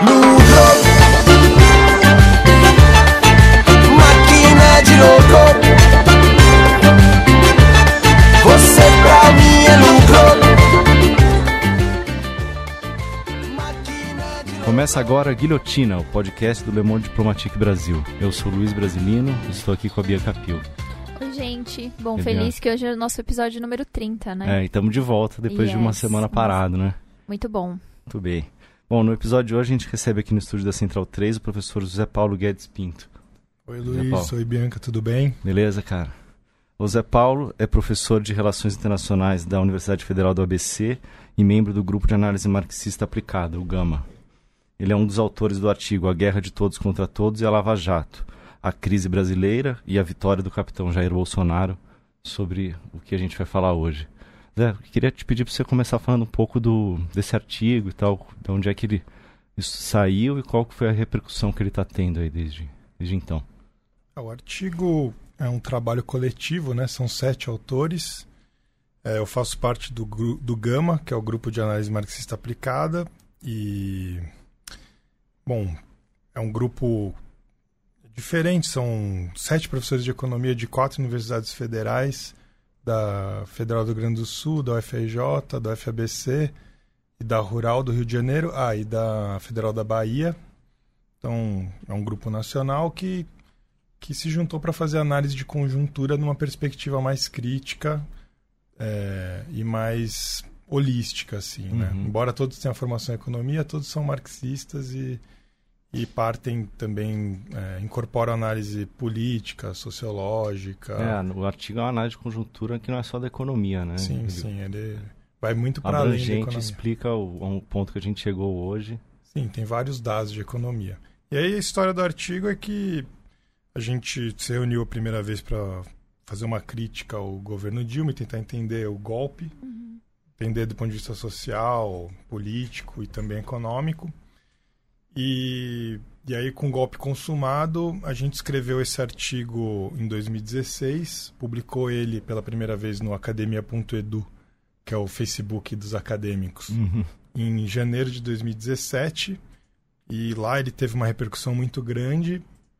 lucro, máquina de louco, você pra mim é lucro. Começa agora Guilhotina, o podcast do Le Monde Diplomatique Brasil. Eu sou Luiz Brasilino e estou aqui com a Bianca Pio. Oi, gente. Bom, feliz que hoje é o nosso episódio número 30, né? E estamos de volta depois de uma semana parado, né? Muito bom. Muito bem. Bom, no episódio de hoje a gente recebe aqui no estúdio da Central 3 o professor José Paulo Guedes Pinto. Oi, Luiz. Oi, Bianca. Tudo bem? Beleza, cara. O José Paulo é professor de Relações Internacionais da Universidade Federal do ABC e membro do Grupo de Análise Marxista Aplicada, o GAMA. Ele é um dos autores do artigo A Guerra de Todos contra Todos e a Lava Jato, a crise brasileira e a vitória do capitão Jair Bolsonaro, sobre o que a gente vai falar hoje. Zé, queria te pedir para você começar falando um pouco desse artigo e tal, de onde é que isso saiu e qual foi a repercussão que ele está tendo aí desde então. O artigo é um trabalho coletivo, né? São 7 autores. Eu faço parte do GAMA, que é o Grupo de Análise Marxista Aplicada, e... Bom, é um grupo diferente, são 7 professores de economia de 4 universidades federais, da Federal do Rio Grande do Sul, da UFRJ, da UFABC e da Rural do Rio de Janeiro, e da Federal da Bahia. Então, é um grupo nacional que se juntou para fazer análise de conjuntura numa perspectiva mais crítica e mais holística, assim, né? Embora todos tenham formação em economia, todos são marxistas e partem também, incorporam análise política, sociológica. O artigo é uma análise de conjuntura que não é só da economia, né? Sim, ele vai muito para além da economia. A gente explica um ponto que a gente chegou hoje. Sim, tem vários dados de economia. E aí a história do artigo é que a gente se reuniu a primeira vez para fazer uma crítica ao governo Dilma e tentar entender o golpe, entender do ponto de vista social, político e também econômico. E aí, com o golpe consumado, a gente escreveu esse artigo em 2016, publicou ele pela primeira vez no academia.edu, que é o Facebook dos acadêmicos, em janeiro de 2017. E lá ele teve uma repercussão muito grande,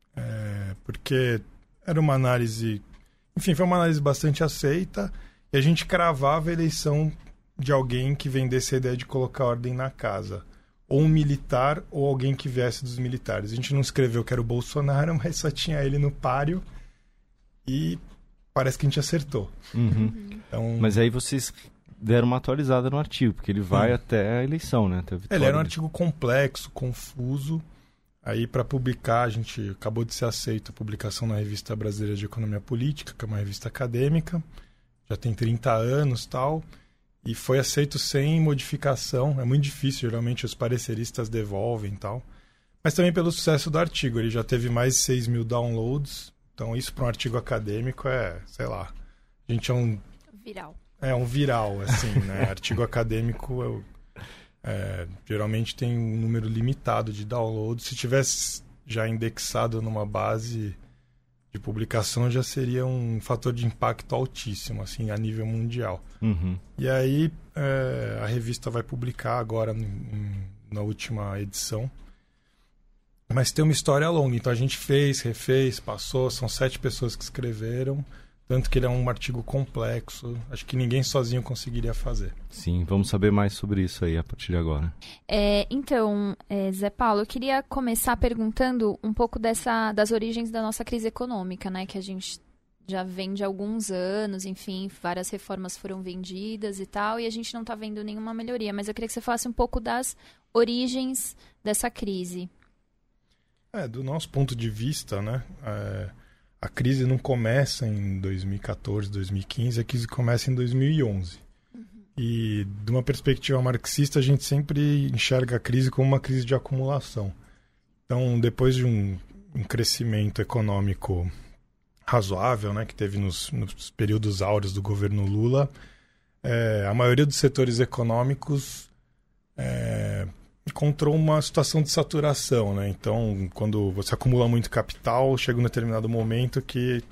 porque era uma análise... Enfim, foi uma análise bastante aceita, e a gente cravava a eleição de alguém que vendesse a ideia de colocar ordem na casa. Ou um militar, ou alguém que viesse dos militares. A gente não escreveu que era o Bolsonaro, mas só tinha ele no páreo, e parece que a gente acertou. Então... Mas aí vocês deram uma atualizada no artigo, porque ele vai até a eleição, né? Ele era um artigo complexo, confuso. Aí, para publicar, a gente acabou de ser aceito a publicação na Revista Brasileira de Economia Política, que é uma revista acadêmica, já tem 30 anos e tal, e foi aceito sem modificação. É muito difícil, geralmente os pareceristas devolvem e tal. Mas também pelo sucesso do artigo, ele já teve mais de 6 mil downloads, então isso para um artigo acadêmico sei lá, a gente é um... Viral. É um viral, assim, né? Artigo acadêmico... geralmente tem um número limitado de downloads. Se tivesse já indexado numa base de publicação, já seria um fator de impacto altíssimo, assim, a nível mundial. E aí a revista vai publicar agora na última edição. Mas tem uma história longa, então a gente fez, refez, passou, são 7 pessoas que escreveram. Tanto que ele é um artigo complexo. Acho que ninguém sozinho conseguiria fazer. Sim, vamos saber mais sobre isso aí a partir de agora. Então, Zé Paulo, eu queria começar perguntando um pouco das origens da nossa crise econômica, né? Que a gente já vem de alguns anos, enfim, várias reformas foram vendidas e tal, e a gente não está vendo nenhuma melhoria. Mas eu queria que você falasse um pouco das origens dessa crise. Do nosso ponto de vista, né? A crise não começa em 2014, 2015, a crise começa em 2011. E, de uma perspectiva marxista, a gente sempre enxerga a crise como uma crise de acumulação. Então, depois de um crescimento econômico razoável, né, que teve nos períodos áureos do governo Lula, a maioria dos setores econômicos encontrou uma situação de saturação, né? Então, quando você acumula muito capital, chega um determinado momento que,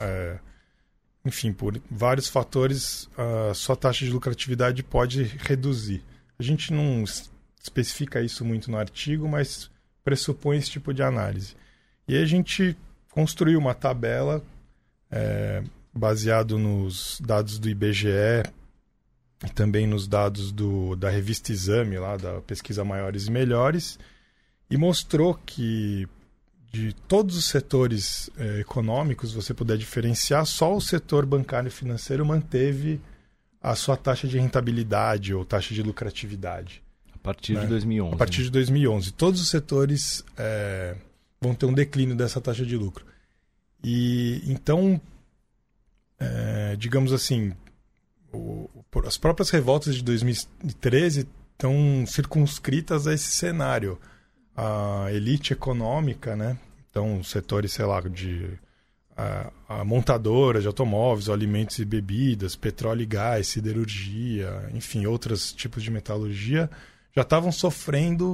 enfim, por vários fatores, a sua taxa de lucratividade pode reduzir. A gente não especifica isso muito no artigo, mas pressupõe esse tipo de análise. E aí a gente construiu uma tabela baseado nos dados do IBGE e também nos dados da revista Exame, lá da pesquisa Maiores e Melhores, e mostrou que de todos os setores econômicos, você puder diferenciar, só o setor bancário e financeiro manteve a sua taxa de rentabilidade ou taxa de lucratividade. A partir de 2011. A partir de 2011. Todos os setores vão ter um declínio dessa taxa de lucro. E então, digamos assim, as próprias revoltas de 2013 estão circunscritas a esse cenário. A elite econômica, né? Então, setores, sei lá, a montadora de automóveis, alimentos e bebidas, petróleo e gás, siderurgia, enfim, outros tipos de metalurgia, já estavam sofrendo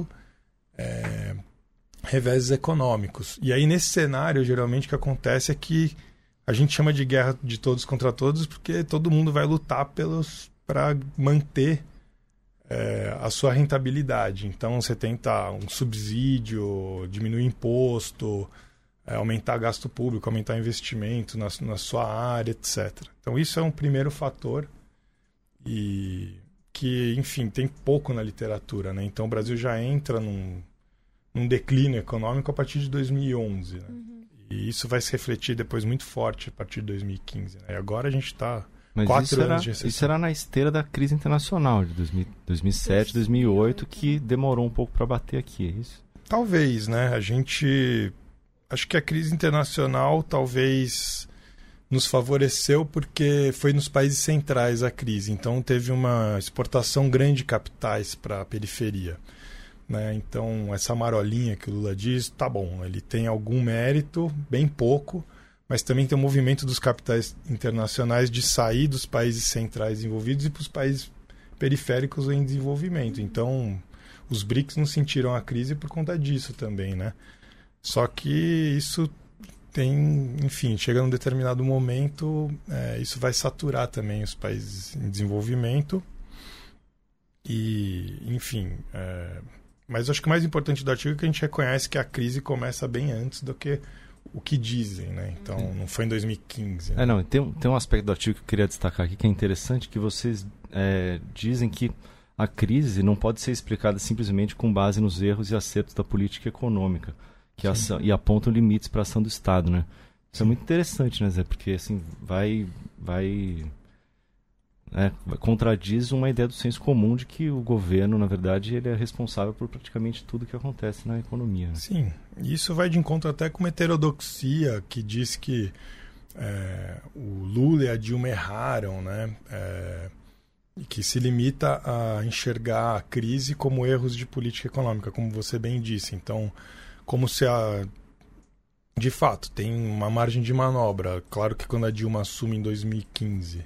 reveses econômicos. E aí, nesse cenário, geralmente o que acontece é que a gente chama de guerra de todos contra todos, porque todo mundo vai lutar para manter a sua rentabilidade. Então, você tenta um subsídio, diminuir imposto, aumentar gasto público, aumentar investimento na sua área, etc. Então, isso é um primeiro fator e que, enfim, tem pouco na literatura, né? Então, o Brasil já entra num declínio econômico a partir de 2011, né? E isso vai se refletir depois muito forte a partir de 2015, né? E agora a gente está... Mas 4 anos de recessão. Isso era na esteira da crise internacional de 2007, 2008, que demorou um pouco para bater aqui, é isso? Talvez, né? Acho que a crise internacional talvez nos favoreceu porque foi nos países centrais a crise. Então teve uma exportação grande de capitais para a periferia, né? Então essa marolinha que o Lula diz, tá bom, ele tem algum mérito, bem pouco, mas também tem o movimento dos capitais internacionais de sair dos países centrais envolvidos e para os países periféricos em desenvolvimento. Então, os BRICS não sentiram a crise por conta disso também, né? Só que isso tem, enfim, chega num determinado momento, isso vai saturar também os países em desenvolvimento. E, enfim, mas acho que o mais importante do artigo é que a gente reconhece que a crise começa bem antes do que o que dizem, né? Então, não foi em 2015. Né? Não, tem um aspecto do artigo que eu queria destacar aqui que é interessante, que vocês dizem que a crise não pode ser explicada simplesmente com base nos erros e acertos da política econômica, e apontam limites para a ação do Estado, né? Isso é muito interessante, né, Zé? Porque assim, contradiz uma ideia do senso comum de que o governo, na verdade, ele é responsável por praticamente tudo que acontece na economia. Né? Sim, isso vai de encontro até com uma heterodoxia que diz que o Lula e a Dilma erraram, né? E que se limita a enxergar a crise como erros de política econômica, como você bem disse. Então, como se de fato, tem uma margem de manobra. Claro que quando a Dilma assume em 2015...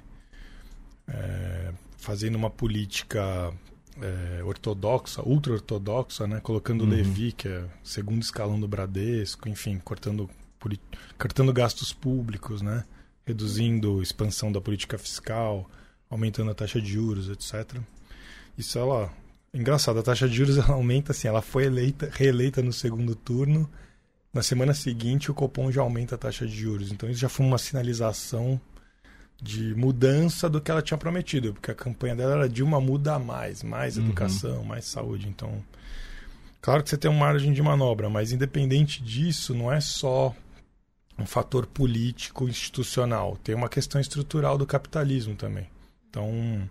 fazendo uma política ortodoxa, ultra-ortodoxa, né? Colocando o Levi, que é o segundo escalão do Bradesco, enfim, cortando gastos públicos, né? Reduzindo a expansão da política fiscal, aumentando a taxa de juros, etc. Isso engraçado, a taxa de juros ela aumenta assim, ela foi reeleita no segundo turno, na semana seguinte o Copom já aumenta a taxa de juros, então isso já foi uma sinalização de mudança do que ela tinha prometido, porque a campanha dela era Dilma muda mais educação, mais saúde. Então, claro que você tem uma margem de manobra, mas independente disso, não é só um fator político, institucional. Tem uma questão estrutural do capitalismo também. Então,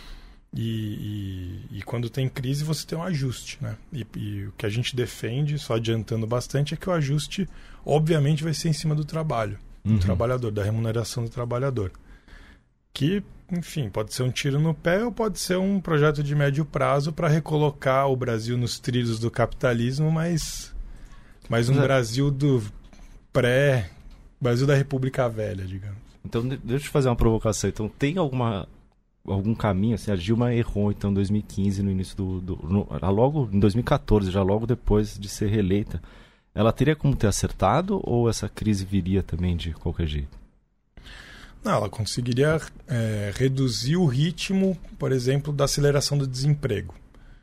e quando tem crise, você tem um ajuste, né? E o que a gente defende, só adiantando bastante, é que o ajuste, obviamente, vai ser em cima do trabalho, do trabalhador, da remuneração do trabalhador. Que, enfim, pode ser um tiro no pé ou pode ser um projeto de médio prazo para recolocar o Brasil nos trilhos do capitalismo, mas um Brasil do Brasil da República Velha, digamos. Então, deixa eu te fazer uma provocação. Então, tem algum caminho, assim, a Dilma errou, então, em 2015, no início logo em 2014, já logo depois de ser reeleita. Ela teria como ter acertado ou essa crise viria também de qualquer jeito? Não, ela conseguiria reduzir o ritmo, por exemplo, da aceleração do desemprego.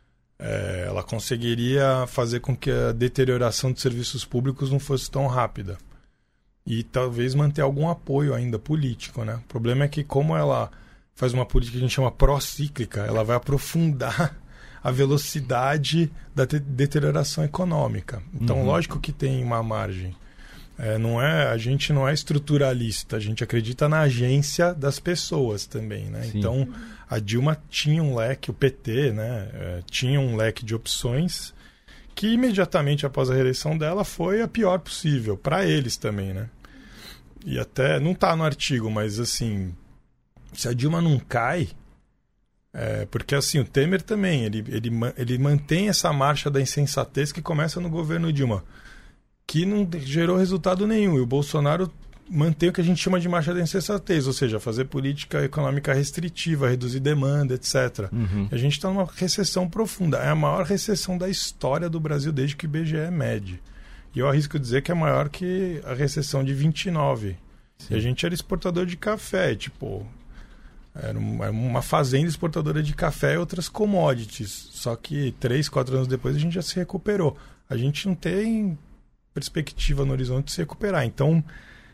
ela conseguiria fazer com que a deterioração de serviços públicos não fosse tão rápida. E talvez manter algum apoio ainda político, né? O problema é que, como ela faz uma política que a gente chama pró-cíclica, ela vai aprofundar a velocidade da deterioração econômica. Então, lógico que tem uma margem. A gente não é estruturalista, a gente acredita na agência das pessoas também, né? Sim. Então, a Dilma tinha um leque, o PT, né? Tinha um leque de opções que imediatamente após a reeleição dela foi a pior possível, para eles também, né? E até, não está no artigo, mas assim, se a Dilma não cai, porque assim, o Temer também, ele mantém essa marcha da insensatez que começa no governo Dilma, que não gerou resultado nenhum, e o Bolsonaro mantém o que a gente chama de marcha da insensatez, ou seja, fazer política econômica restritiva, reduzir demanda, etc. A gente está numa recessão profunda. É a maior recessão da história do Brasil desde que o IBGE mede. E eu arrisco dizer que é maior que a recessão de 29. Sim. E a gente era exportador de café, era uma fazenda exportadora de café e outras commodities. Só que 3, 4 anos depois a gente já se recuperou. A gente não tem perspectiva no horizonte de se recuperar. Então,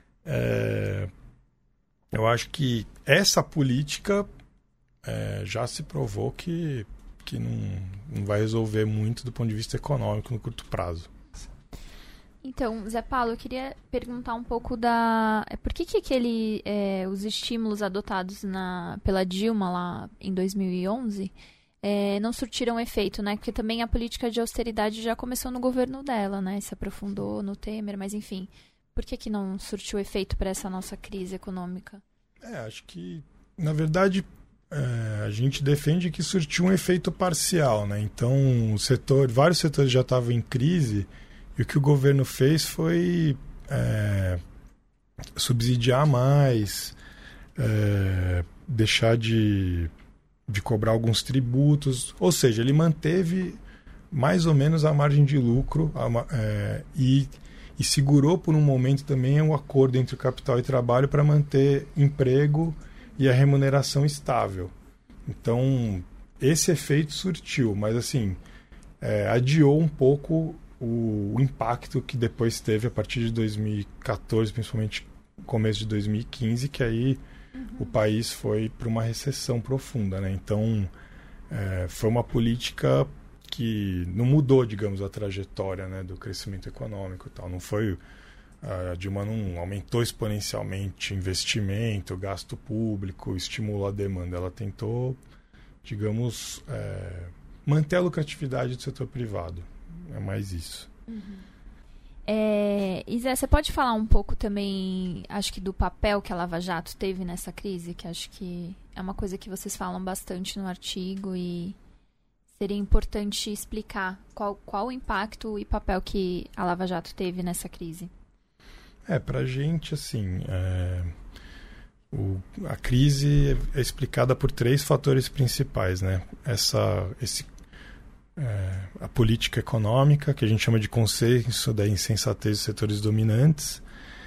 eu acho que essa política já se provou que não vai resolver muito do ponto de vista econômico no curto prazo. Então, Zé Paulo, eu queria perguntar um pouco por que os estímulos adotados pela Dilma lá em 2011 não surtiram efeito, né? Porque também a política de austeridade já começou no governo dela, né? Se aprofundou no Temer, mas enfim... Por que não surtiu efeito para essa nossa crise econômica? Acho que, na verdade, a gente defende que surtiu um efeito parcial, né? Então, vários setores já estavam em crise e o que o governo fez foi subsidiar mais, deixar de cobrar alguns tributos. Ou seja, ele manteve mais ou menos a margem de lucro e segurou por um momento também o acordo entre o capital e trabalho para manter emprego e a remuneração estável. Então, esse efeito surtiu, mas assim, adiou um pouco o impacto que depois teve a partir de 2014, principalmente começo de 2015, que aí o país foi para uma recessão profunda, né? Então, foi uma política que não mudou, digamos, a trajetória, né, do crescimento econômico e tal. Não foi... A Dilma não aumentou exponencialmente investimento, gasto público, estimulou a demanda. Ela tentou, digamos, manter a lucratividade do setor privado. É mais isso. E Zé, você pode falar um pouco também, acho que do papel que a Lava Jato teve nessa crise, que acho que é uma coisa que vocês falam bastante no artigo e seria importante explicar qual o impacto e papel que a Lava Jato teve nessa crise. Pra gente, assim, a crise é explicada por 3 fatores principais, né? A política econômica, que a gente chama de consenso da insensatez dos setores dominantes,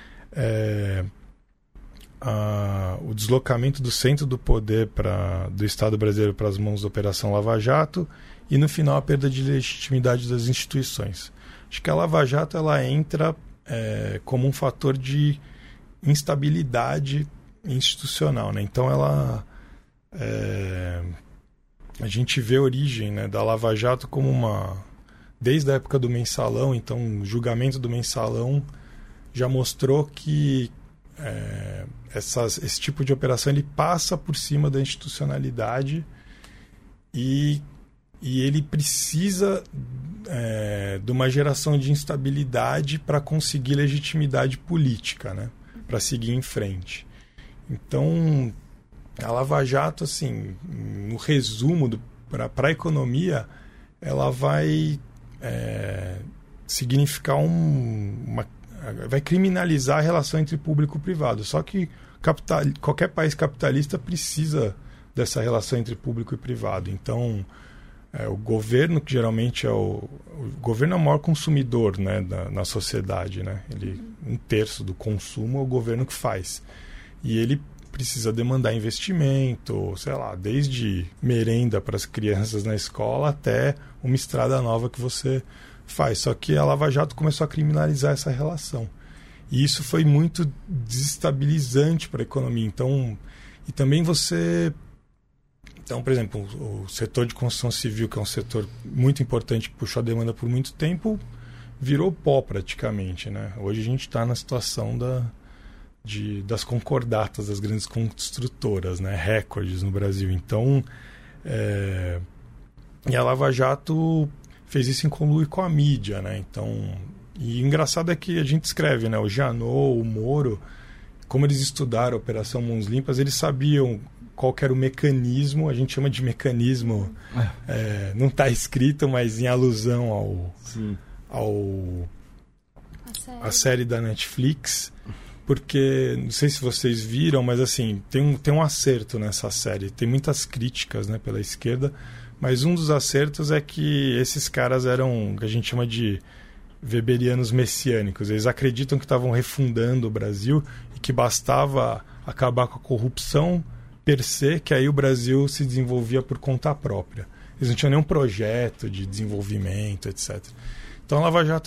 o deslocamento do centro do poder do Estado brasileiro para as mãos da Operação Lava Jato e, no final, a perda de legitimidade das instituições. Acho que a Lava Jato ela entra como um fator de instabilidade institucional, né? Então, a gente vê a origem, né, da Lava Jato como desde a época do Mensalão. Então, o julgamento do Mensalão já mostrou que esse tipo de operação ele passa por cima da institucionalidade e ele precisa de uma geração de instabilidade para conseguir legitimidade política, né, para seguir em frente. Então, a Lava Jato, assim, no resumo para a economia, ela vai significar vai criminalizar a relação entre público e privado. Só que qualquer país capitalista precisa dessa relação entre público e privado. Então, o governo, que geralmente o governo é o maior consumidor, né, na sociedade, né? 1/3 do consumo é o governo que faz. E ele precisa demandar investimento, sei lá, desde merenda para as crianças na escola até uma estrada nova que você faz. Só que a Lava Jato começou a criminalizar essa relação. E isso foi muito desestabilizante para a economia. Então, e também você... Então, por exemplo, o setor de construção civil, que é um setor muito importante, que puxou a demanda por muito tempo, virou pó praticamente, né? Hoje a gente está na situação das concordatas, das grandes construtoras, né? Recordes no Brasil. Então, e a Lava Jato fez isso em conluio com a mídia, né? Então, e o engraçado é que a gente escreve, né? O Janot, o Moro, como eles estudaram a Operação Mãos Limpas, eles sabiam qual que era o mecanismo, a gente chama de mecanismo, não está escrito, mas em alusão à série da Netflix, porque, não sei se vocês viram, mas assim, tem um acerto nessa série, tem muitas críticas, né, pela esquerda, mas um dos acertos é que esses caras eram, que a gente chama de weberianos messiânicos, eles acreditam que estavam refundando o Brasil e que bastava acabar com a corrupção per se, que aí o Brasil se desenvolvia por conta própria. Eles não tinham nenhum projeto de desenvolvimento, etc. Então a Lava Jato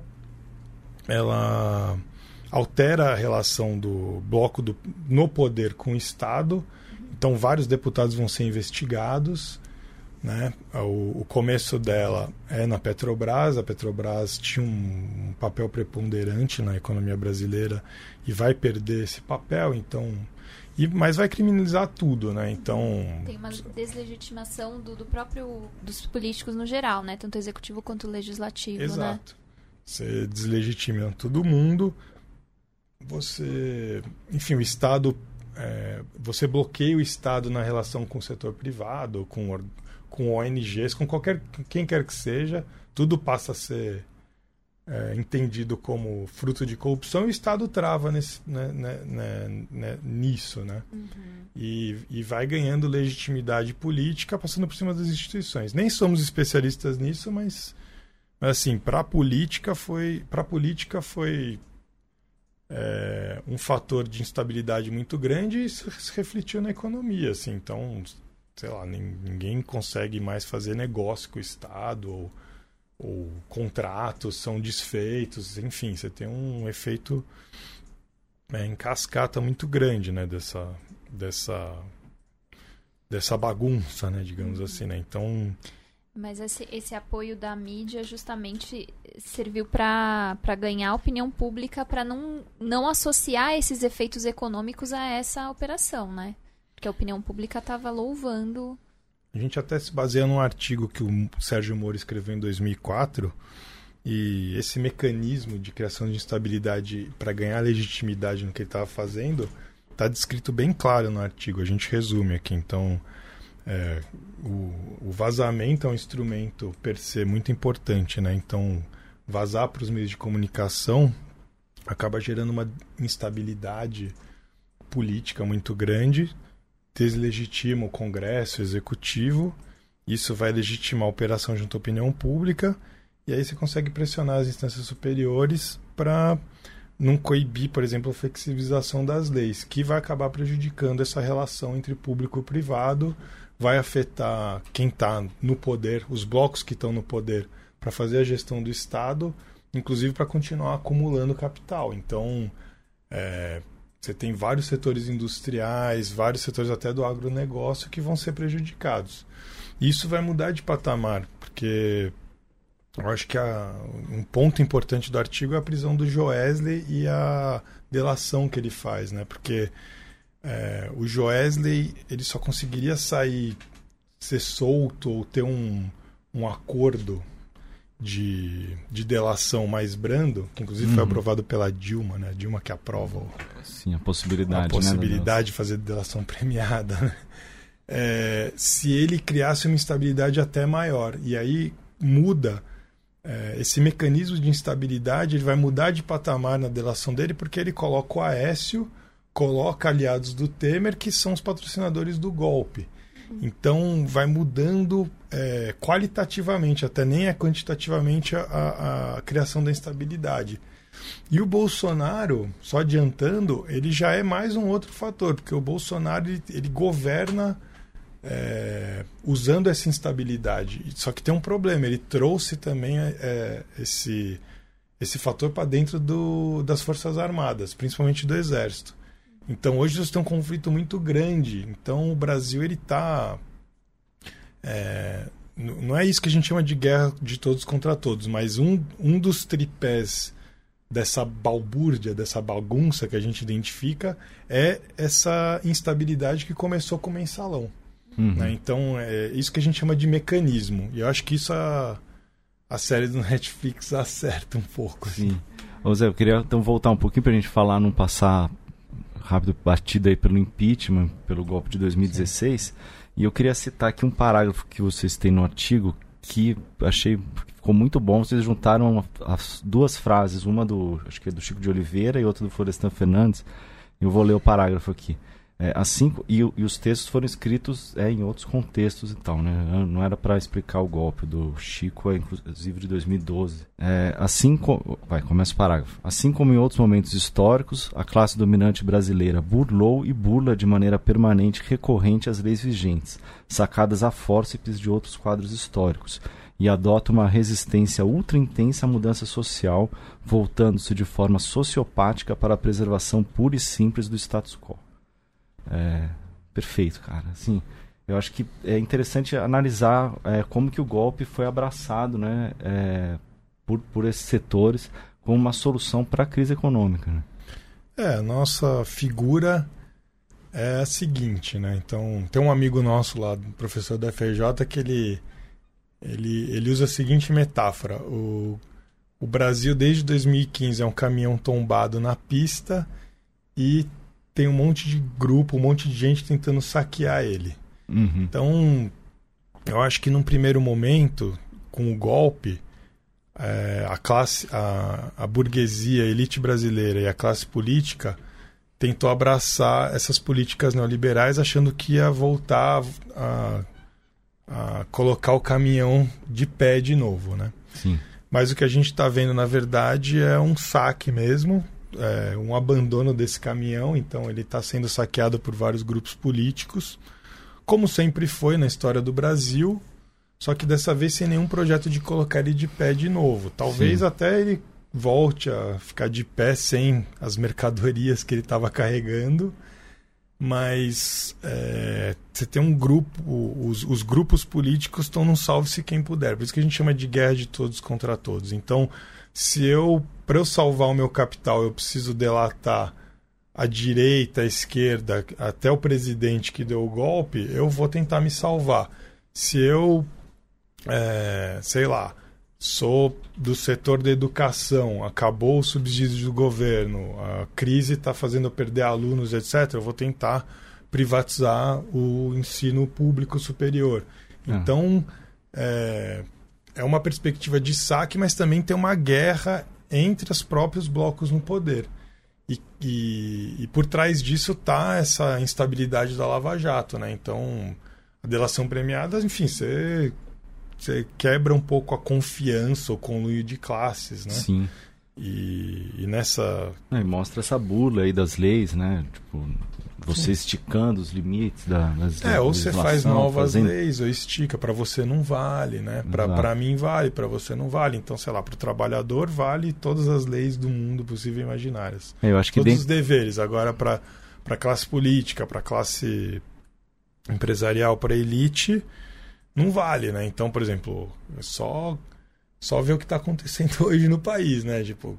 ela altera a relação do bloco no poder com o Estado. Então vários deputados vão ser investigados, né? O começo dela é na Petrobras. A Petrobras tinha um papel preponderante na economia brasileira e vai perder esse papel, então... mas vai criminalizar tudo, né? Então... Tem uma deslegitimação dos políticos no geral, né? Tanto o executivo quanto o legislativo, Exato. Né? Você deslegitima todo mundo. Enfim, o Estado... você bloqueia o Estado na relação com o setor privado, com ONGs, com quem quer que seja. Tudo passa a ser... entendido como fruto de corrupção, e o Estado trava nisso, né? Uhum. E vai ganhando legitimidade política, passando por cima das instituições. Nem somos especialistas nisso, mas assim, para a política foi um fator de instabilidade muito grande e se refletiu na economia, assim. Então, sei lá, ninguém consegue mais fazer negócio com o Estado, ou contratos são desfeitos, enfim, você tem um efeito em cascata muito grande, né, dessa bagunça, né, digamos assim, né? Então... Mas esse apoio da mídia justamente serviu para ganhar a opinião pública, para não associar esses efeitos econômicos a essa operação, né? Porque a opinião pública estava louvando... A gente até se baseia num artigo que o Sérgio Moro escreveu em 2004, e esse mecanismo de criação de instabilidade para ganhar legitimidade no que ele estava fazendo está descrito bem claro no artigo. A gente resume aqui. Então, o vazamento é um instrumento per se muito importante, né? Então, vazar para os meios de comunicação acaba gerando uma instabilidade política muito grande, deslegitima o Congresso, o Executivo, isso vai legitimar a operação junto à opinião pública, e aí você consegue pressionar as instâncias superiores para não coibir, por exemplo, a flexibilização das leis, que vai acabar prejudicando essa relação entre público e privado, vai afetar quem está no poder, os blocos que estão no poder, para fazer a gestão do Estado, inclusive para continuar acumulando capital. Então, você tem vários setores industriais, vários setores até do agronegócio que vão ser prejudicados. Isso vai mudar de patamar, porque eu acho que um ponto importante do artigo é a prisão do Joesley e a delação que ele faz, né? Porque o Joesley ele só conseguiria ser solto ou ter um acordo de delação mais brando, que inclusive foi aprovado pela Dilma, né? A Dilma que aprova Sim, a possibilidade de fazer delação premiada, né? Se ele criasse uma instabilidade até maior. E aí muda esse mecanismo de instabilidade, ele vai mudar de patamar na delação dele, porque ele coloca o Aécio, coloca aliados do Temer, que são os patrocinadores do golpe. Então vai mudando qualitativamente, até nem quantitativamente, a criação da instabilidade. E o Bolsonaro, só adiantando, ele já é mais um outro fator, porque o Bolsonaro ele governa usando essa instabilidade. Só que tem um problema, ele trouxe também esse fator para dentro das Forças Armadas, principalmente do Exército. Então hoje nós temos um conflito muito grande. Então o Brasil ele está... não é isso que a gente chama de guerra de todos contra todos, mas um dos tripés dessa balbúrdia, dessa bagunça que a gente identifica é essa instabilidade que começou com o mensalão. Né? Então é isso que a gente chama de mecanismo. E eu acho que isso a série do Netflix acerta um pouco. Sim. Ô Zé, eu queria então voltar um pouquinho para a gente falar, não passar rápido batida aí pelo impeachment, pelo golpe de 2016. Sim. E eu queria citar aqui um parágrafo que vocês têm no artigo que achei que ficou muito bom. Vocês juntaram as duas frases, uma acho que é do Chico de Oliveira e outra do Florestan Fernandes. Eu vou ler o parágrafo aqui. E os textos foram escritos em outros contextos e tal, né? Não era para explicar o golpe do Chico, inclusive de 2012. Começa o parágrafo. Assim como em outros momentos históricos, a classe dominante brasileira burlou e burla de maneira permanente e recorrente as leis vigentes, sacadas a fórceps de outros quadros históricos, e adota uma resistência ultra intensa à mudança social, voltando-se de forma sociopática para a preservação pura e simples do status quo. Perfeito, cara. Assim, eu acho que é interessante analisar como que o golpe foi abraçado, né, por esses setores como uma solução para a crise econômica, né? A nossa figura é a seguinte, né? Então, tem um amigo nosso lá, professor da FRJ, que ele usa a seguinte metáfora: o Brasil desde 2015 é um caminhão tombado na pista e tem um monte de grupo, um monte de gente tentando saquear ele. Então, eu acho que num primeiro momento, com o golpe, a burguesia, a elite brasileira e a classe política tentou abraçar essas políticas neoliberais, achando que ia voltar a colocar o caminhão de pé de novo, né? Sim. Mas o que a gente está vendo, na verdade, é um saque mesmo, um abandono desse caminhão. Então ele está sendo saqueado por vários grupos políticos, como sempre foi na história do Brasil, só que dessa vez sem nenhum projeto de colocar ele de pé de novo. Talvez Sim. até ele volte a ficar de pé sem as mercadorias que ele estava carregando, mas você tem um grupo, os grupos políticos estão num salve-se quem puder, por isso que a gente chama de guerra de todos contra todos. Então, para eu salvar o meu capital, eu preciso delatar a direita, a esquerda, até o presidente que deu o golpe, eu vou tentar me salvar. Se eu, sou do setor da educação, acabou o subsídio do governo, a crise está fazendo eu perder alunos, etc., eu vou tentar privatizar o ensino público superior. Então, é uma perspectiva de saque, mas também tem uma guerra entre os próprios blocos no poder. E por trás disso está essa instabilidade da Lava Jato, né? Então, a delação premiada, enfim, você quebra um pouco a confiança, o conluio de classes, né? Sim. E nessa... E mostra essa burla aí das leis, né? Tipo, você esticando os limites das leis. Ou você faz novas leis, ou estica. Para você não vale, né? Para mim vale, para você não vale. Então, sei lá, para o trabalhador vale todas as leis do mundo possível e imaginárias. Eu acho que todos os deveres. Agora, para a classe política, para a classe empresarial, para a elite, não vale, né? Então, por exemplo, só ver o que está acontecendo hoje no país, né? Tipo,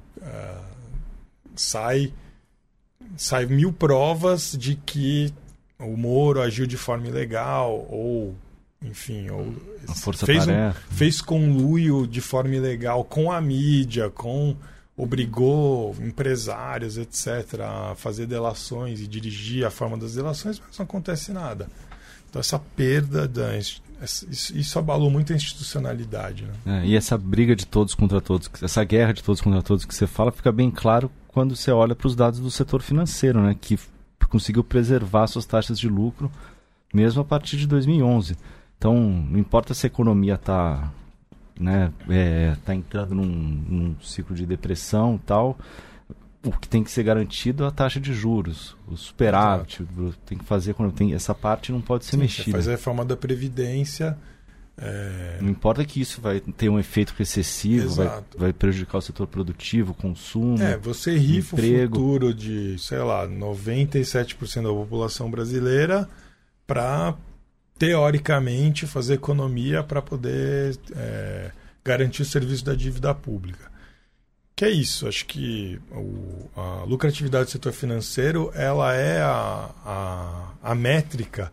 sai 1000 provas de que o Moro agiu de forma ilegal, ou, enfim, fez conluio de forma ilegal com a mídia, obrigou empresários, etc., a fazer delações e dirigir a forma das delações, mas não acontece nada. Então, essa perda isso abalou muito a institucionalidade, né? E essa briga de todos contra todos, essa guerra de todos contra todos que você fala, fica bem claro quando você olha para os dados do setor financeiro, né? Que conseguiu preservar suas taxas de lucro mesmo a partir de 2011. Então, não importa se a economia está né, tá entrando num ciclo de depressão e tal, o que tem que ser garantido é a taxa de juros, o superávit, tem que fazer quando tem essa parte, não pode ser mexida. Você faz a reforma da Previdência. Não importa que isso vai ter um efeito recessivo, vai prejudicar o setor produtivo, o consumo, você rifa emprego. O futuro de, sei lá, 97% da população brasileira para, teoricamente, fazer economia para poder garantir o serviço da dívida pública. Que é isso, acho que a lucratividade do setor financeiro ela é a métrica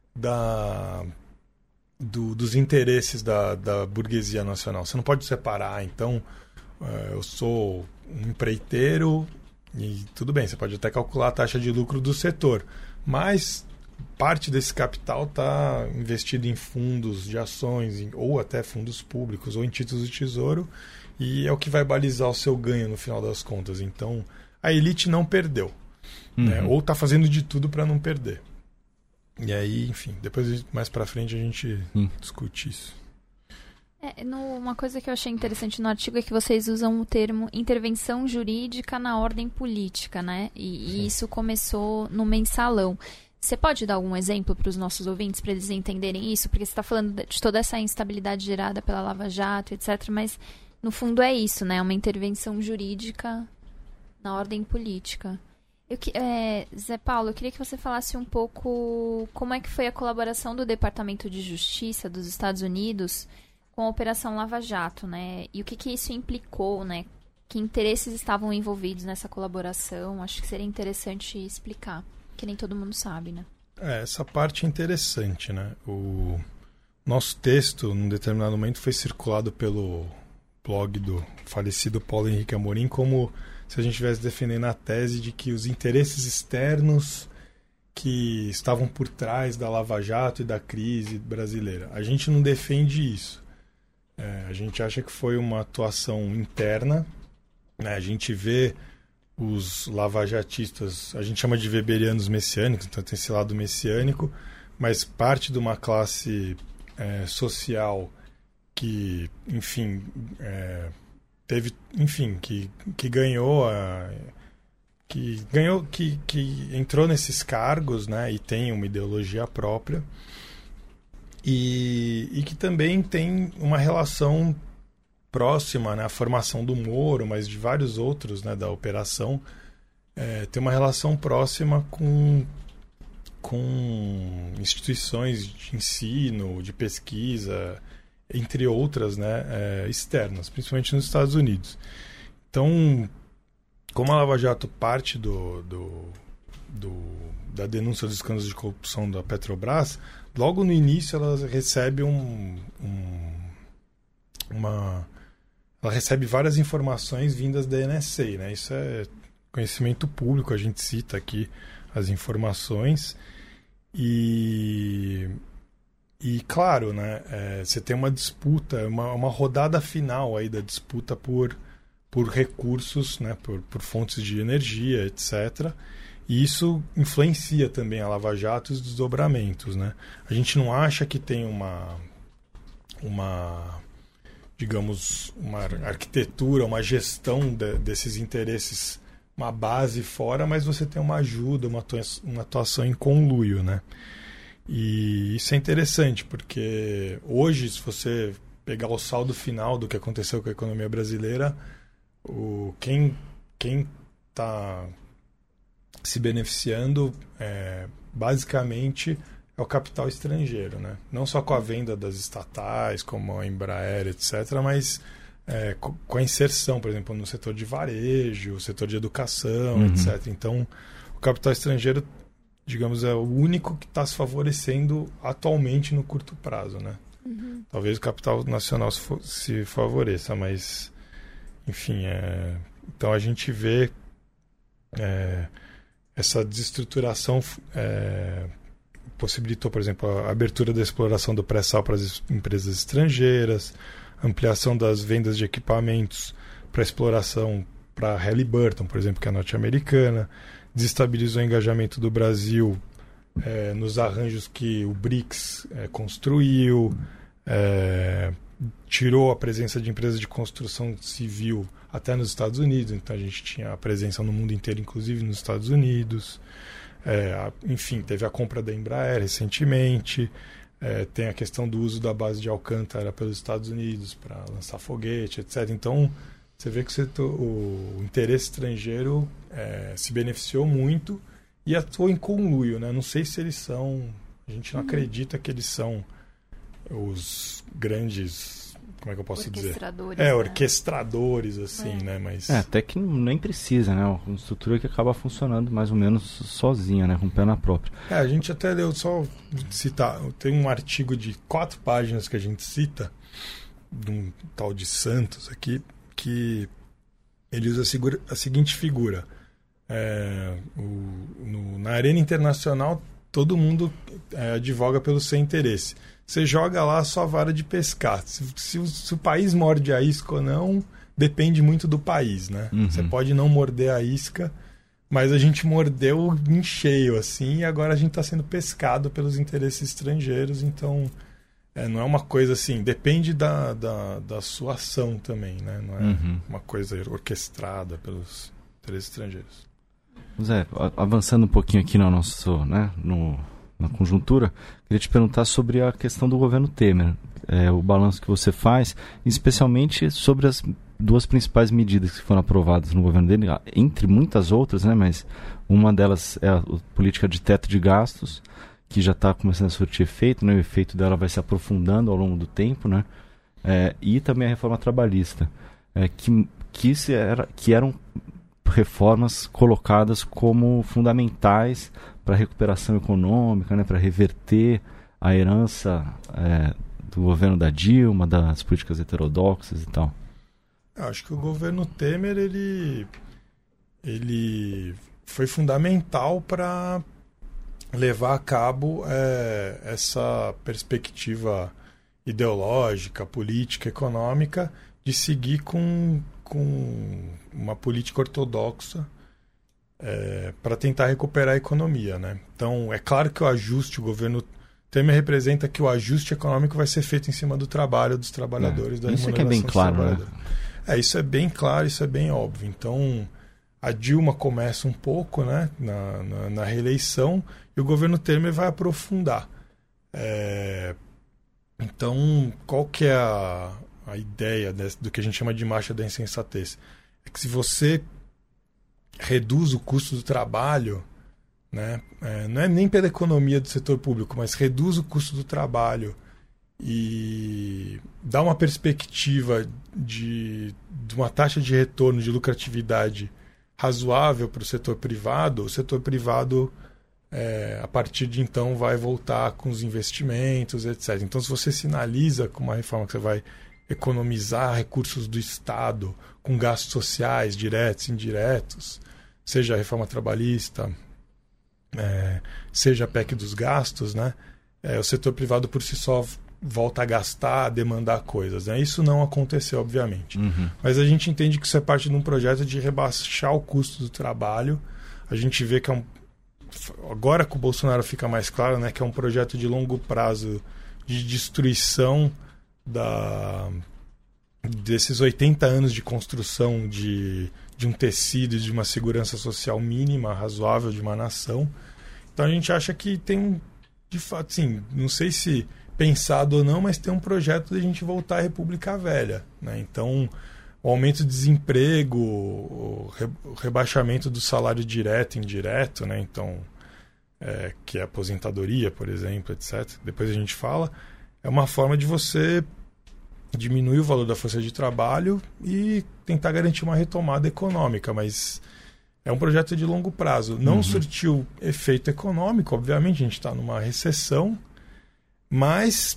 dos interesses da burguesia nacional. Você não pode separar, então, eu sou um empreiteiro e tudo bem, você pode até calcular a taxa de lucro do setor, mas parte desse capital está investido em fundos de ações ou até fundos públicos ou em títulos de tesouro, e é o que vai balizar o seu ganho no final das contas. Então, a elite não perdeu, né? Ou está fazendo de tudo para não perder. E aí, enfim, depois mais para frente a gente discute isso. Uma coisa que eu achei interessante no artigo é que vocês usam o termo intervenção jurídica na ordem política, né? E isso começou no Mensalão. Você pode dar algum exemplo para os nossos ouvintes, para eles entenderem isso? Porque você está falando de toda essa instabilidade gerada pela Lava Jato, etc. Mas, no fundo, é isso, né? Uma intervenção jurídica na ordem política. Zé Paulo, eu queria que você falasse um pouco como é que foi a colaboração do Departamento de Justiça dos Estados Unidos com a Operação Lava Jato, né? E o que isso implicou, né? Que interesses estavam envolvidos nessa colaboração? Acho que seria interessante explicar, que nem todo mundo sabe, né? Essa parte é interessante, né? O nosso texto, num determinado momento, foi circulado pelo blog do falecido Paulo Henrique Amorim como se a gente estivesse defendendo a tese de que os interesses externos que estavam por trás da Lava Jato e da crise brasileira. A gente não defende isso. A gente acha que foi uma atuação interna, né? A gente vê os lavajatistas, a gente chama de weberianos messiânicos, então tem esse lado messiânico, mas parte de uma classe social que, enfim, teve, enfim, que entrou nesses cargos, né, e tem uma ideologia própria e que também tem uma relação próxima, né, a formação do Moro, mas de vários outros, né, da operação, tem uma relação próxima com instituições de ensino, de pesquisa, entre outras, né, externas, principalmente nos Estados Unidos. Então, como a Lava Jato parte da denúncia dos escândalos de corrupção da Petrobras, logo no início ela recebe ela recebe várias informações vindas da NSA, né? Isso é conhecimento público, a gente cita aqui as informações e claro, né, você tem uma disputa, uma rodada final aí da disputa por recursos, né, por fontes de energia, etc. E isso influencia também a Lava Jato e os desdobramentos, né? A gente não acha que tem digamos, uma arquitetura, uma gestão desses interesses, uma base fora, mas você tem uma ajuda, uma atuação em conluio, né? E isso é interessante, porque hoje, se você pegar o saldo final do que aconteceu com a economia brasileira, quem está se beneficiando basicamente é o capital estrangeiro, né? Não só com a venda das estatais, como a Embraer, etc., mas com a inserção, por exemplo, no setor de varejo, setor de educação, etc. Então, o capital estrangeiro, digamos, é o único que está se favorecendo atualmente no curto prazo, né? Talvez o capital nacional se favoreça, mas, enfim, então a gente vê essa desestruturação possibilitou, por exemplo, a abertura da exploração do pré-sal para as empresas estrangeiras, ampliação das vendas de equipamentos para exploração para a Halliburton, por exemplo, que é norte-americana, desestabilizou o engajamento do Brasil nos arranjos que o BRICS construiu, tirou a presença de empresas de construção civil até nos Estados Unidos, então a gente tinha a presença no mundo inteiro, inclusive nos Estados Unidos. Enfim, teve a compra da Embraer recentemente, tem a questão do uso da base de Alcântara pelos Estados Unidos para lançar foguete, etc. Então, você vê que o interesse estrangeiro se beneficiou muito e atuou em conluio, né? Não sei se eles são... A gente não acredita que eles são os grandes... Como é que eu posso dizer? Orquestradores, assim, né? Mas... até que nem precisa, né? É uma estrutura que acaba funcionando mais ou menos sozinha, né? Com perna própria. A gente até deu só citar... Tem um artigo de 4 páginas que a gente cita, de um tal de Santos aqui, que ele usa a seguinte figura. Na arena internacional, todo mundo advoga pelo seu interesse. Você joga lá a sua vara de pescar. Se o país morde a isca ou não, depende muito do país, né? Você pode não morder a isca, mas a gente mordeu em cheio, assim, e agora a gente está sendo pescado pelos interesses estrangeiros, então não é uma coisa assim, depende da sua ação também, né? Não é uma coisa orquestrada pelos interesses estrangeiros. Zé, avançando um pouquinho aqui no nosso, né, na conjuntura, queria te perguntar sobre a questão do governo Temer, o balanço que você faz, especialmente sobre as 2 principais medidas que foram aprovadas no governo dele, entre muitas outras, né, mas uma delas é a política de teto de gastos, que já está começando a surtir efeito, né, o efeito dela vai se aprofundando ao longo do tempo, né, e também a reforma trabalhista, que eram reformas colocadas como fundamentais para a recuperação econômica, né, para reverter a herança do governo da Dilma, das políticas heterodoxas e tal. Eu acho que o governo Temer ele foi fundamental para levar a cabo essa perspectiva ideológica, política, econômica de seguir com uma política ortodoxa para tentar recuperar a economia, né? Então, é claro que o governo Temer representa que o ajuste econômico vai ser feito em cima do trabalho dos trabalhadores, da remuneração. Isso é bem claro, né? Isso é bem claro, isso é bem óbvio. Então, a Dilma começa um pouco, né, na reeleição, e o governo Temer vai aprofundar. Então, qual que é a ideia do que a gente chama de marcha da insensatez? É que se você reduz o custo do trabalho, né, não é nem pela economia do setor público, mas reduz o custo do trabalho e dá uma perspectiva de uma taxa de retorno de lucratividade razoável para o setor privado a partir de então vai voltar com os investimentos, etc. Então, se você sinaliza com uma reforma que você vai economizar recursos do Estado com gastos sociais diretos e indiretos, seja a reforma trabalhista, seja a PEC dos gastos, né? O setor privado por si só volta a gastar, a demandar coisas, né? Isso não aconteceu, obviamente. Mas a gente entende que isso é parte de um projeto de rebaixar o custo do trabalho. A gente vê que agora com o Bolsonaro fica mais claro, né, que é um projeto de longo prazo de destruição desses 80 anos de construção de um tecido e de uma segurança social mínima, razoável de uma nação. Então a gente acha que tem, de fato, sim, não sei se pensado ou não, mas tem um projeto de a gente voltar à República Velha, né? Então, o aumento do desemprego, o rebaixamento do salário direto e indireto, né? Então, que é a aposentadoria, por exemplo, etc. Depois a gente fala. É uma forma de você diminuir o valor da força de trabalho e tentar garantir uma retomada econômica, mas é um projeto de longo prazo. Não surtiu efeito econômico, obviamente, a gente está numa recessão, mas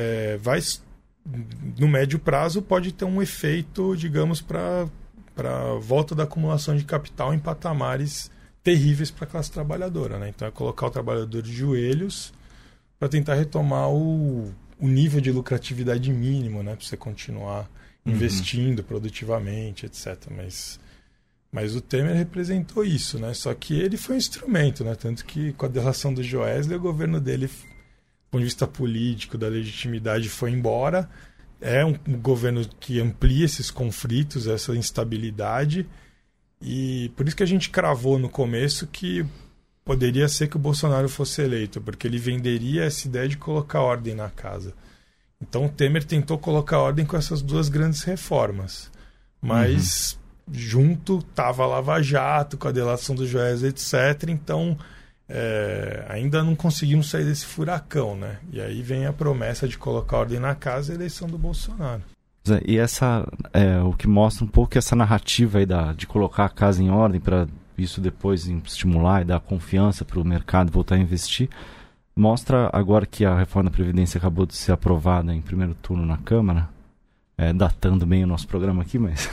no médio prazo pode ter um efeito, digamos, para a volta da acumulação de capital em patamares terríveis para a classe trabalhadora, né? Então é colocar o trabalhador de joelhos para tentar retomar o nível de lucratividade mínimo, né? Para você continuar investindo produtivamente, etc. Mas o Temer representou isso, né? Só que ele foi um instrumento, né? Tanto que com a delação do Joesley, o governo dele, do ponto de vista político, da legitimidade, foi embora. é um governo que amplia esses conflitos, essa instabilidade, e por isso que a gente cravou no começo que poderia ser que o Bolsonaro fosse eleito, porque ele venderia essa ideia de colocar ordem na casa. Então o Temer tentou colocar ordem com essas duas grandes reformas, mas junto estava a Lava Jato, com a delação do Joesley, etc. Então ainda não conseguimos sair desse furacão, né? E aí vem a promessa de colocar ordem na casa e a eleição do Bolsonaro. E essa o que mostra um pouco essa narrativa aí de colocar a casa em ordem para isso depois estimular e dar confiança para o mercado voltar a investir. Mostra agora que a reforma da Previdência acabou de ser aprovada em primeiro turno na Câmara, datando bem o nosso programa aqui, mas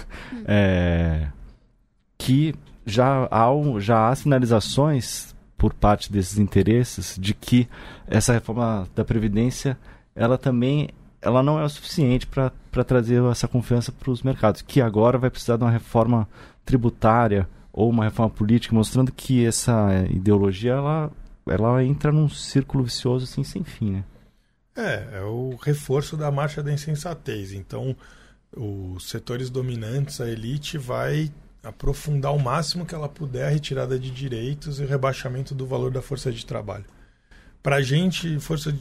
que já há sinalizações por parte desses interesses de que essa reforma da Previdência ela não é o suficiente para trazer essa confiança para os mercados, que agora vai precisar de uma reforma tributária ou uma reforma política, mostrando que essa ideologia ela entra num círculo vicioso assim, sem fim, né? É o reforço da marcha da insensatez. Então, os setores dominantes, a elite, vai aprofundar o máximo que ela puder a retirada de direitos e o rebaixamento do valor da força de trabalho. Para a gente,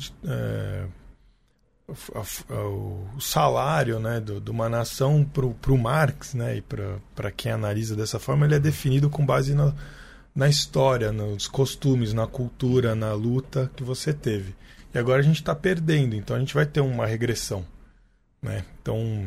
o salário, né, de uma nação para o Marx, né, e para quem analisa dessa forma, ele é definido com base na história, nos costumes, na cultura, na luta que você teve. E agora a gente está perdendo, então a gente vai ter uma regressão, né? Então,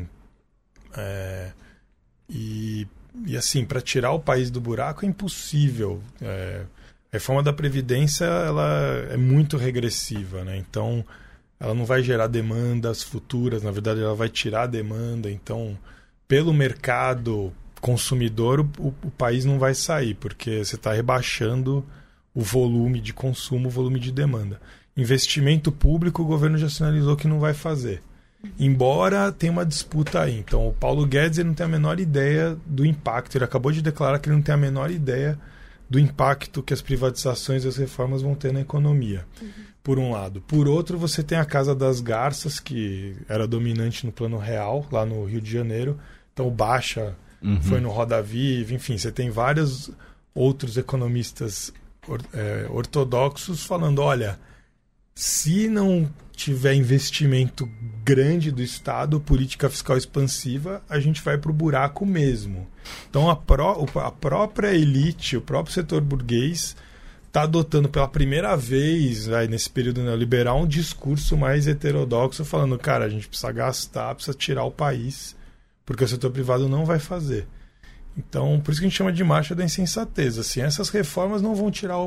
e assim, para tirar o país do buraco é impossível. A reforma da Previdência ela é muito regressiva, né? Então ela não vai gerar demandas futuras, na verdade ela vai tirar a demanda. Então, pelo mercado consumidor, o país não vai sair, porque você está rebaixando o volume de consumo, o volume de demanda. Investimento público, o governo já sinalizou que não vai fazer. Embora tenha uma disputa aí. Então, o Paulo Guedes ele não tem a menor ideia do impacto. Ele acabou de declarar que ele não tem a menor ideia do impacto que as privatizações e as reformas vão ter na economia. Por um lado. Por outro, você tem a Casa das Garças, que era dominante no Plano Real, lá no Rio de Janeiro. Então, o Baixa foi no Roda Viva. Enfim, você tem vários outros economistas ortodoxos falando, olha, se não tiver investimento grande do Estado, política fiscal expansiva, a gente vai para o buraco mesmo. Então, a própria elite, o próprio setor burguês está adotando pela primeira vez, nesse período neoliberal, um discurso mais heterodoxo, falando, cara, a gente precisa gastar, precisa tirar o país, porque o setor privado não vai fazer. Então, por isso que a gente chama de marcha da insensatez. Assim, essas reformas não vão tirar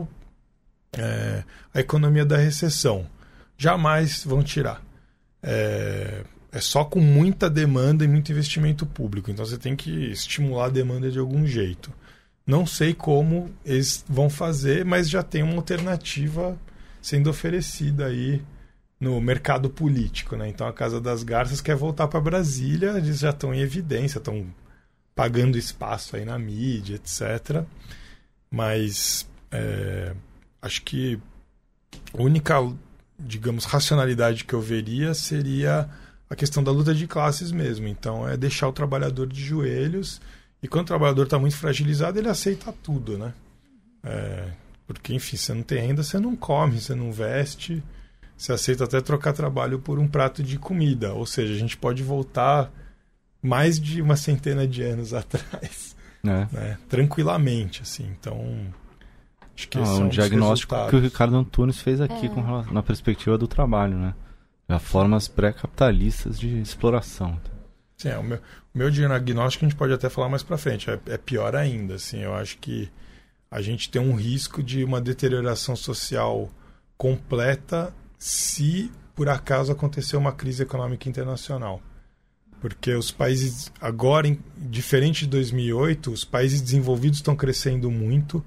a economia da recessão. Jamais vão tirar. É só com muita demanda e muito investimento público. Então você tem que estimular a demanda de algum jeito. Não sei como eles vão fazer, mas já tem uma alternativa sendo oferecida aí no mercado político, né? Então a Casa das Garças quer voltar para Brasília, eles já estão em evidência, estão pagando espaço aí na mídia, etc. Mas acho que a única, digamos, racionalidade que eu veria seria a questão da luta de classes mesmo. Então é deixar o trabalhador de joelhos, e quando o trabalhador está muito fragilizado, ele aceita tudo, né? Porque, enfim, você não tem renda, você não come, você não veste, você aceita até trocar trabalho por um prato de comida. Ou seja, a gente pode voltar mais de uma centena de anos atrás, né? Tranquilamente, assim. Então, acho que esse é um diagnóstico que o Ricardo Antunes fez aqui na perspectiva do trabalho, né? Das formas pré-capitalistas de exploração. Sim, o meu diagnóstico a gente pode até falar mais para frente. É pior ainda, assim. Eu acho que a gente tem um risco de uma deterioração social completa se, por acaso, acontecer uma crise econômica internacional. Porque os países, agora, diferente de 2008, os países desenvolvidos estão crescendo muito.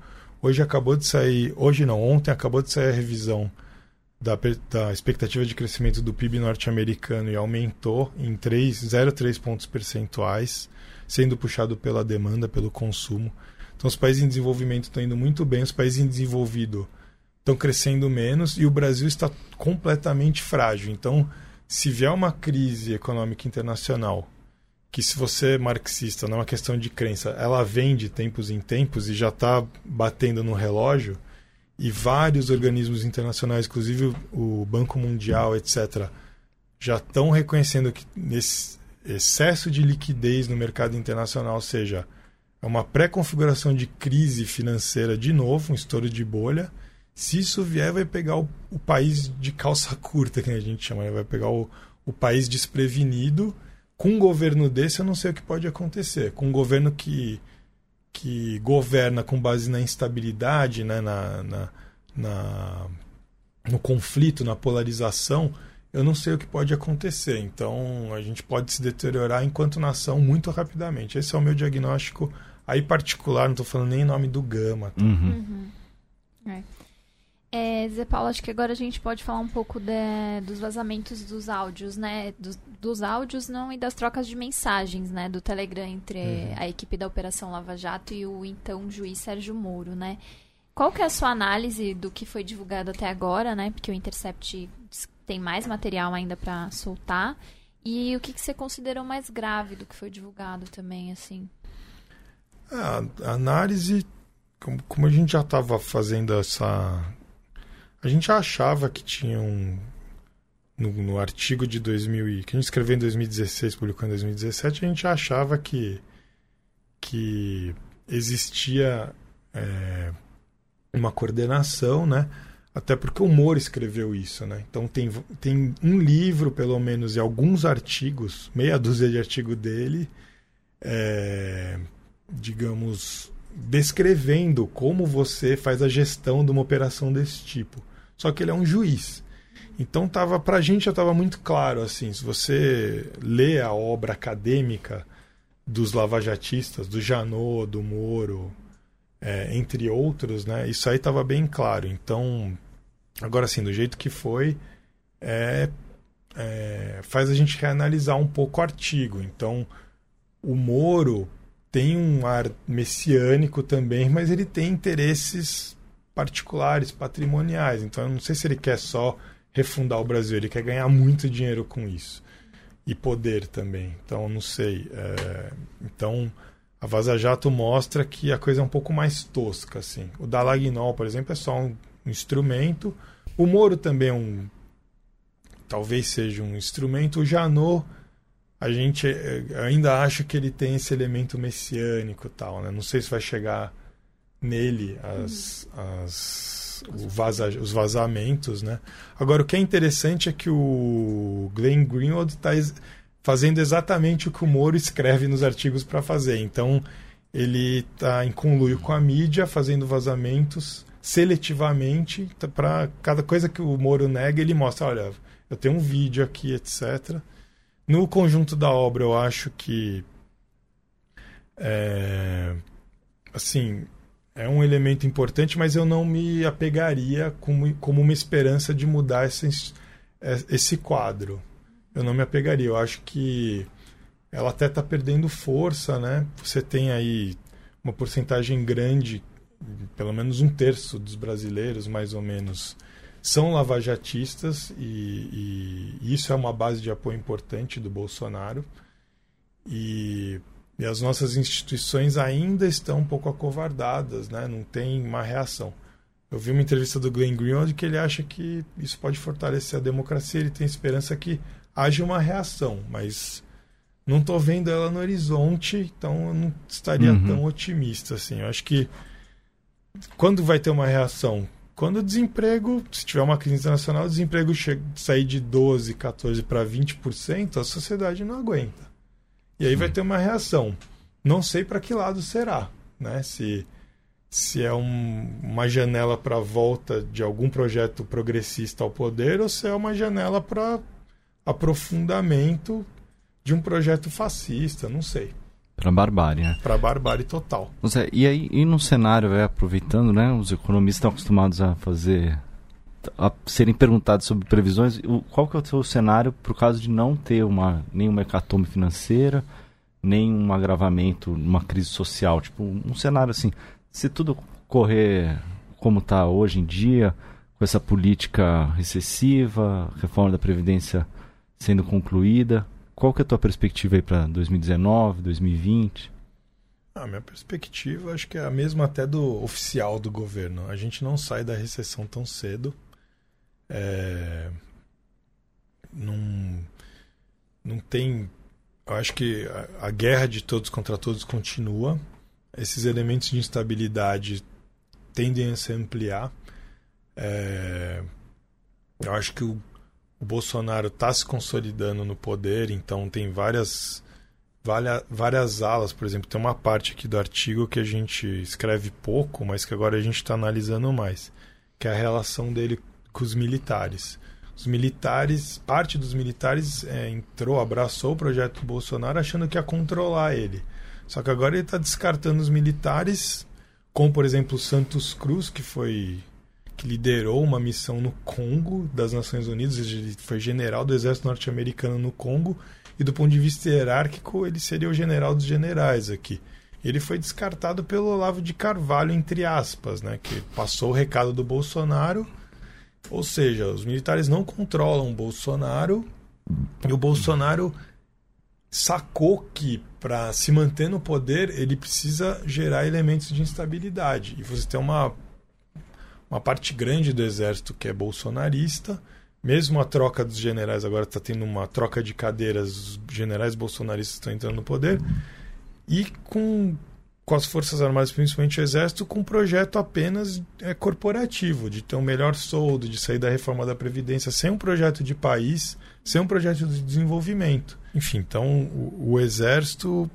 Ontem acabou de sair a revisão da expectativa de crescimento do PIB norte-americano e aumentou em 0,3 pontos percentuais, sendo puxado pela demanda, pelo consumo. Então os países em desenvolvimento estão indo muito bem, os países em desenvolvido estão crescendo menos e o Brasil está completamente frágil. Então, se vier uma crise econômica internacional, que se você é marxista, não é uma questão de crença, ela vem de tempos em tempos e já está batendo no relógio, e vários organismos internacionais, inclusive o Banco Mundial, etc., já estão reconhecendo que esse excesso de liquidez no mercado internacional, ou seja, é uma pré-configuração de crise financeira de novo, um estouro de bolha. Se isso vier, vai pegar o país de calça curta, que a gente chama, vai pegar o país desprevenido. Com um governo desse, eu não sei o que pode acontecer. Com um governo que governa com base na instabilidade, né, no conflito, na polarização, eu não sei o que pode acontecer. Então, a gente pode se deteriorar enquanto nação muito rapidamente. Esse é o meu diagnóstico aí particular, não estou falando nem em nome do Gama. Tá? Zé Paulo, acho que agora a gente pode falar um pouco dos vazamentos dos áudios, né? Dos áudios não e das trocas de mensagens, né? Do Telegram entre a equipe da Operação Lava Jato e o então juiz Sérgio Moro, né? Qual que é a sua análise do que foi divulgado até agora, né? Porque o Intercept tem mais material ainda para soltar. E o que você considerou mais grave do que foi divulgado também, assim? A análise, como a gente já estava fazendo essa... A gente achava que tinha no artigo de 2000, que a gente escreveu em 2016, publicou em 2017, a gente achava que existia uma coordenação, né? Até porque o Moro escreveu isso, né? Então tem um livro, pelo menos, e alguns artigos, meia dúzia de artigos dele, digamos, descrevendo como você faz a gestão de uma operação desse tipo. Só que ele é um juiz. Então pra gente já estava muito claro, assim, se você lê a obra acadêmica dos lavajatistas, do Janot, do Moro, entre outros, né, isso aí estava bem claro. Então, agora sim, do jeito que foi, faz a gente reanalisar um pouco o artigo. Então, o Moro tem um ar messiânico também, mas ele tem interesses particulares, patrimoniais. Então, eu não sei se ele quer só refundar o Brasil, ele quer ganhar muito dinheiro com isso. E poder também. Então, não sei. Então, a Vaza Jato mostra que a coisa é um pouco mais tosca, assim. O Dallagnol, por exemplo, é só um instrumento. O Moro também talvez seja um instrumento. O Janot, a gente ainda acha que ele tem esse elemento messiânico e tal, né? Não sei se vai chegar nele os vazamentos, né? Agora, o que é interessante é que o Glenn Greenwald está fazendo exatamente o que o Moro escreve nos artigos para fazer. Então, ele está em conluio com a mídia, fazendo vazamentos seletivamente. Para cada coisa que o Moro nega, ele mostra, olha, eu tenho um vídeo aqui, etc. No conjunto da obra, eu acho que assim, é um elemento importante, mas eu não me apegaria como uma esperança de mudar esse quadro. Eu não me apegaria. Eu acho que ela até está perdendo força, né? Você tem aí uma porcentagem grande, pelo menos 1/3 dos brasileiros, mais ou menos, são lavajatistas, e isso é uma base de apoio importante do Bolsonaro. E as nossas instituições ainda estão um pouco acovardadas, né? Não tem uma reação. Eu vi uma entrevista do Glenn Greenwald que ele acha que isso pode fortalecer a democracia, ele tem esperança que haja uma reação, mas não estou vendo ela no horizonte, então eu não estaria tão otimista, assim. Eu acho que quando vai ter uma reação? Quando o desemprego, se tiver uma crise internacional, o desemprego sair de 12%, 14% para 20%, a sociedade não aguenta. E aí vai ter uma reação. Não sei para que lado será, né? Se é uma janela para a volta de algum projeto progressista ao poder, ou se é uma janela para aprofundamento de um projeto fascista, não sei. Para barbárie, né? Para barbárie total. Zé, e no cenário, aproveitando, né? Os economistas estão acostumados a serem perguntados sobre previsões. Qual que é o seu cenário por causa de não ter nenhuma hecatombe financeira, nem um agravamento, uma crise social? Tipo, um cenário assim, se tudo correr como está hoje em dia, com essa política recessiva, reforma da Previdência sendo concluída. Qual que é a tua perspectiva aí para 2019, 2020? A minha perspectiva acho que é a mesma até do oficial do governo. A gente não sai da recessão tão cedo. Não tem... Eu acho que a guerra de todos contra todos continua. Esses elementos de instabilidade tendem a se ampliar. Eu acho que o Bolsonaro está se consolidando no poder, então tem várias alas. Por exemplo, tem uma parte aqui do artigo que a gente escreve pouco, mas que agora a gente está analisando mais, que é a relação dele com os militares. Parte dos militares abraçou o projeto do Bolsonaro achando que ia controlar ele. Só que agora ele está descartando os militares, como por exemplo o Santos Cruz, que liderou uma missão no Congo das Nações Unidas. Ele foi general do exército norte-americano no Congo, e do ponto de vista hierárquico ele seria o general dos generais aqui. Ele foi descartado pelo Olavo de Carvalho, entre aspas, né, que passou o recado do Bolsonaro. Ou seja, os militares não controlam o Bolsonaro, e o Bolsonaro sacou que para se manter no poder ele precisa gerar elementos de instabilidade. E você tem uma parte grande do exército que é bolsonarista. Mesmo a troca dos generais, agora está tendo uma troca de cadeiras, os generais bolsonaristas estão entrando no poder, e com as Forças Armadas, principalmente o Exército, com um projeto apenas corporativo, de ter um melhor soldo, de sair da reforma da Previdência, sem um projeto de país, sem um projeto de desenvolvimento. Enfim, então o Exército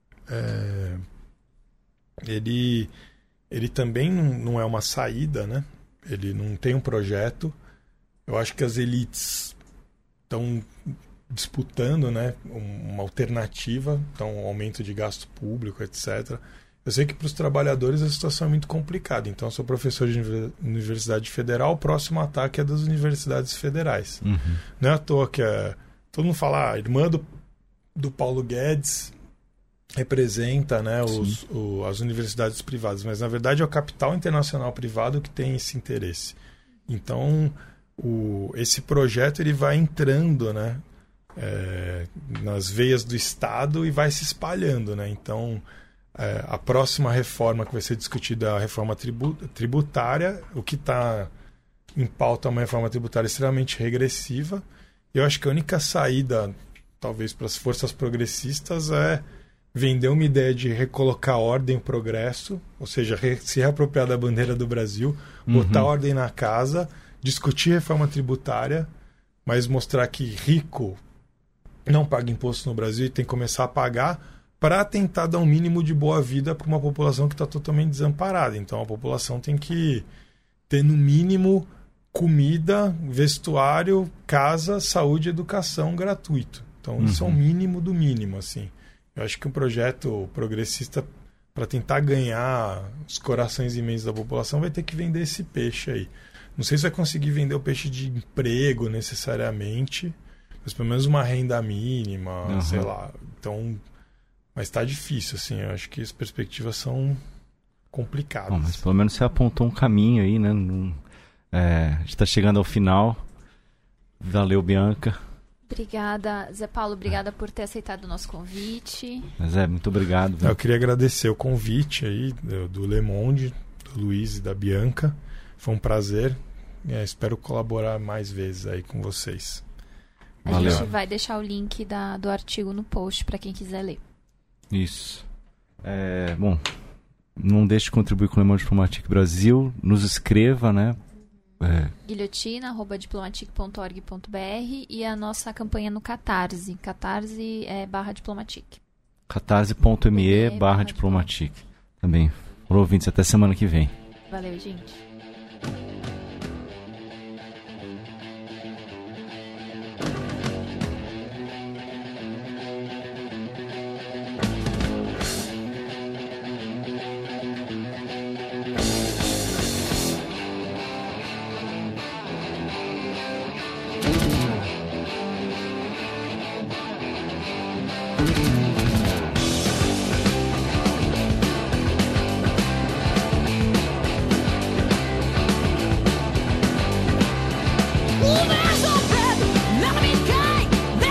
ele também não é uma saída, né? Ele não tem um projeto. Eu acho que as elites estão disputando, né, uma alternativa, então um aumento de gasto público, etc. Eu sei que para os trabalhadores a situação é muito complicada. Então, eu sou professor de Universidade Federal, o próximo ataque é das universidades federais. Uhum. Não é à toa que todo mundo fala, a irmã do Paulo Guedes representa, né, as universidades privadas, mas na verdade é o capital internacional privado que tem esse interesse. Então, esse projeto ele vai entrando, né, nas veias do Estado e vai se espalhando, né? Então, a próxima reforma que vai ser discutida é a reforma tributária. O que está em pauta é uma reforma tributária extremamente regressiva. Eu acho que a única saída, talvez, para as forças progressistas é vender uma ideia de recolocar ordem e progresso, ou seja, se reapropriar da bandeira do Brasil, botar ordem na casa, discutir reforma tributária, mas mostrar que rico não paga imposto no Brasil e tem que começar a pagar para tentar dar um mínimo de boa vida para uma população que está totalmente desamparada. Então a população tem que ter, no mínimo, comida, vestuário, casa, saúde e educação gratuito. Então isso é o mínimo do mínimo, assim. Eu acho que um projeto progressista, para tentar ganhar os corações imensos da população, vai ter que vender esse peixe aí. Não sei se vai conseguir vender o peixe de emprego necessariamente, mas pelo menos uma renda mínima, sei lá. Então, mas está difícil, assim. Eu acho que as perspectivas são complicadas. Bom, mas pelo menos você apontou um caminho aí, né? A gente está chegando ao final. Valeu, Bianca. Obrigada, Zé Paulo. Obrigada por ter aceitado o nosso convite. Zé, muito obrigado. Eu queria agradecer o convite aí do Le Monde, do Luiz e da Bianca. Foi um prazer. Espero colaborar mais vezes aí com vocês. A gente vai deixar o link do artigo no post para quem quiser ler. Isso. Bom, não deixe de contribuir com o Le Monde Diplomatique Brasil. Nos escreva, né? guilhotina@diplomatique.org.br e a nossa campanha no Catarse. Catarse /Diplomatique. catarse.me/Diplomatique. Também. Falou, ouvintes. Até semana que vem. Valeu, gente. There's a bed, let me die.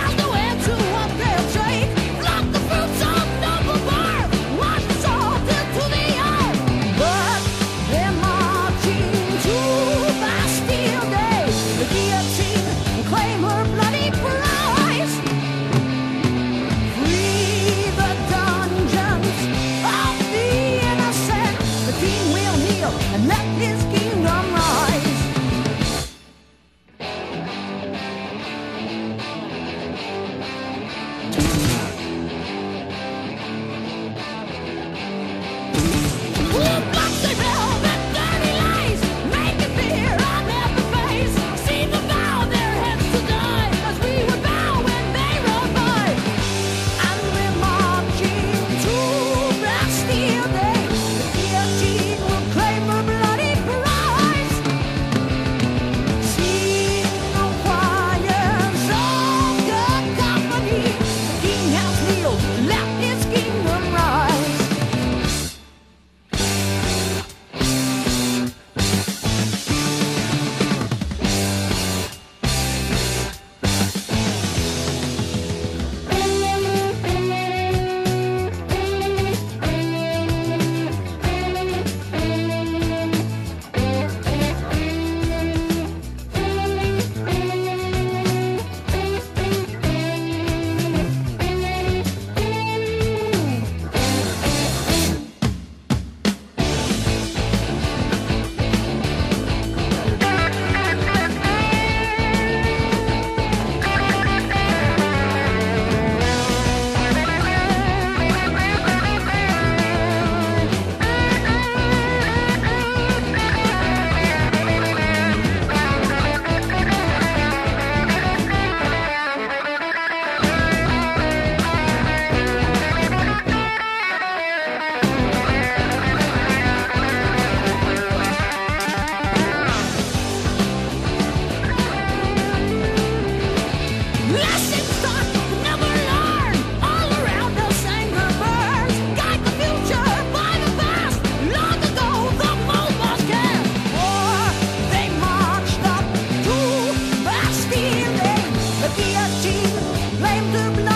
Blame the